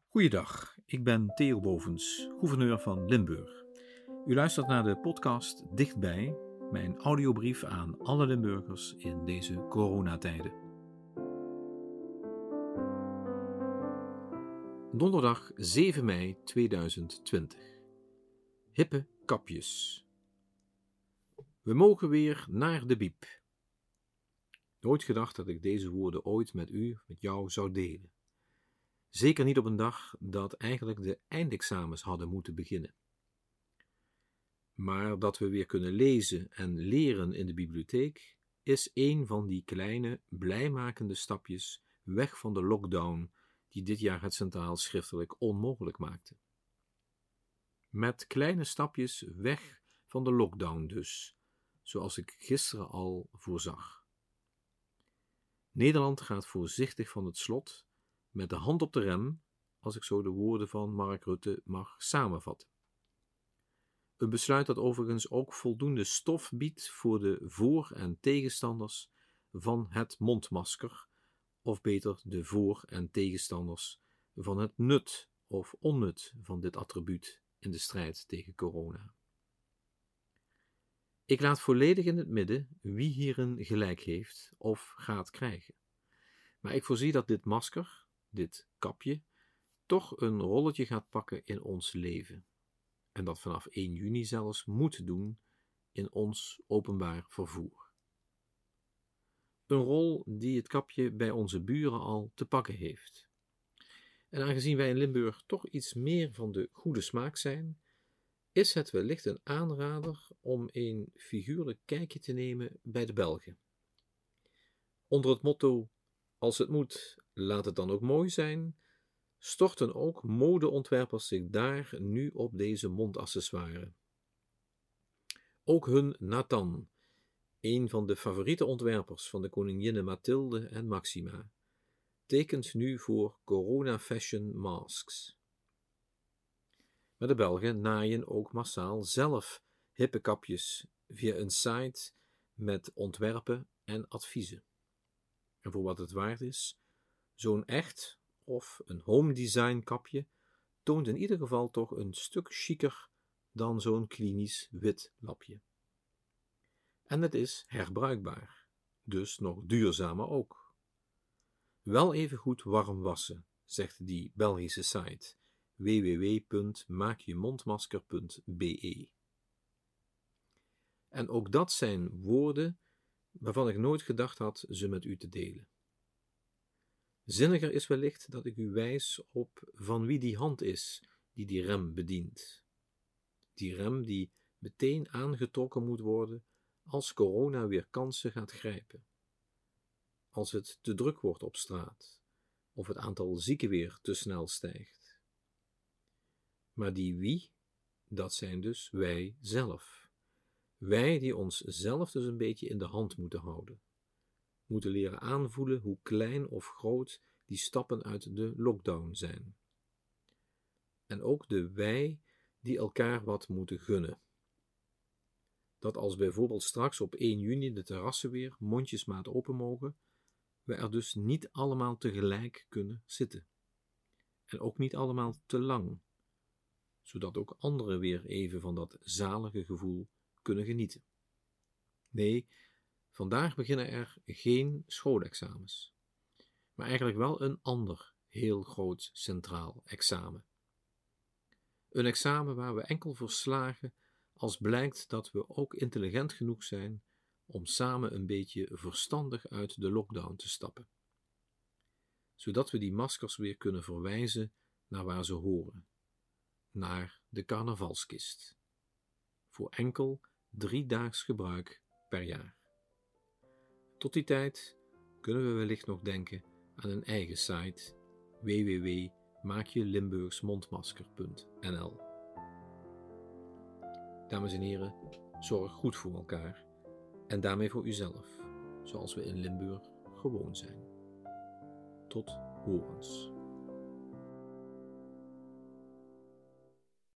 Goeiedag, ik ben Theo Bovens, gouverneur van Limburg. U luistert naar de podcast Dichtbij, mijn audiobrief aan alle Limburgers in deze coronatijden. Donderdag 7 mei 2020. Hippe kapjes. We mogen weer naar de biep. Nooit gedacht dat ik deze woorden ooit met jou zou delen. Zeker niet op een dag dat eigenlijk de eindexamens hadden moeten beginnen. Maar dat we weer kunnen lezen en leren in de bibliotheek is een van die kleine, blijmakende stapjes weg van de lockdown die dit jaar het Centraal schriftelijk onmogelijk maakte. Met kleine stapjes weg van de lockdown dus, zoals ik gisteren al voorzag. Nederland gaat voorzichtig van het slot, met de hand op de rem, als ik zo de woorden van Mark Rutte mag samenvatten. Een besluit dat overigens ook voldoende stof biedt voor de voor- en tegenstanders van het mondmasker, of beter de voor- en tegenstanders van het nut of onnut van dit attribuut in de strijd tegen corona. Ik laat volledig in het midden wie hierin gelijk heeft of gaat krijgen. Maar ik voorzie dat dit masker, dit kapje, toch een rolletje gaat pakken in ons leven. En dat vanaf 1 juni zelfs moet doen in ons openbaar vervoer. Een rol die het kapje bij onze buren al te pakken heeft. En aangezien wij in Limburg toch iets meer van de goede smaak zijn, is het wellicht een aanrader om een figuurlijk kijkje te nemen bij de Belgen. Onder het motto: als het moet, laat het dan ook mooi zijn, storten ook modeontwerpers zich daar nu op deze mondaccessoires. Ook hun Nathan, een van de favoriete ontwerpers van de koninginnen Mathilde en Maxima, tekent nu voor Corona Fashion Masks. Maar de Belgen naaien ook massaal zelf hippe kapjes via een site met ontwerpen en adviezen. En voor wat het waard is, zo'n echt of een home design kapje toont in ieder geval toch een stuk chiquer dan zo'n klinisch wit lapje. En het is herbruikbaar, dus nog duurzamer ook. Wel even goed warm wassen, zegt die Belgische site www.maakjemondmasker.be. En ook dat zijn woorden waarvan ik nooit gedacht had ze met u te delen. Zinniger is wellicht dat ik u wijs op van wie die hand is die rem bedient. Die rem die meteen aangetrokken moet worden als corona weer kansen gaat grijpen. Als het te druk wordt op straat of het aantal zieken weer te snel stijgt. Maar die wie, dat zijn dus wij zelf. Wij die ons zelf dus een beetje in de hand moeten houden. Moeten leren aanvoelen hoe klein of groot die stappen uit de lockdown zijn. En ook de wij die elkaar wat moeten gunnen. Dat als bijvoorbeeld straks op 1 juni de terrassen weer mondjesmaat open mogen, we er dus niet allemaal tegelijk kunnen zitten. En ook niet allemaal te lang, zodat ook anderen weer even van dat zalige gevoel kunnen genieten. Nee, vandaag beginnen er geen schoolexamens, maar eigenlijk wel een ander heel groot centraal examen. Een examen waar we enkel voor slagen als blijkt dat we ook intelligent genoeg zijn om samen een beetje verstandig uit de lockdown te stappen. Zodat we die maskers weer kunnen verwijzen naar waar ze horen, naar de carnavalskist. Voor enkel 3-daags gebruik per jaar. Tot die tijd kunnen we wellicht nog denken aan een eigen site www.maakjelimburgsmondmasker.nl. Dames en heren, zorg goed voor elkaar en daarmee voor uzelf, zoals we in Limburg gewoon zijn. Tot horens.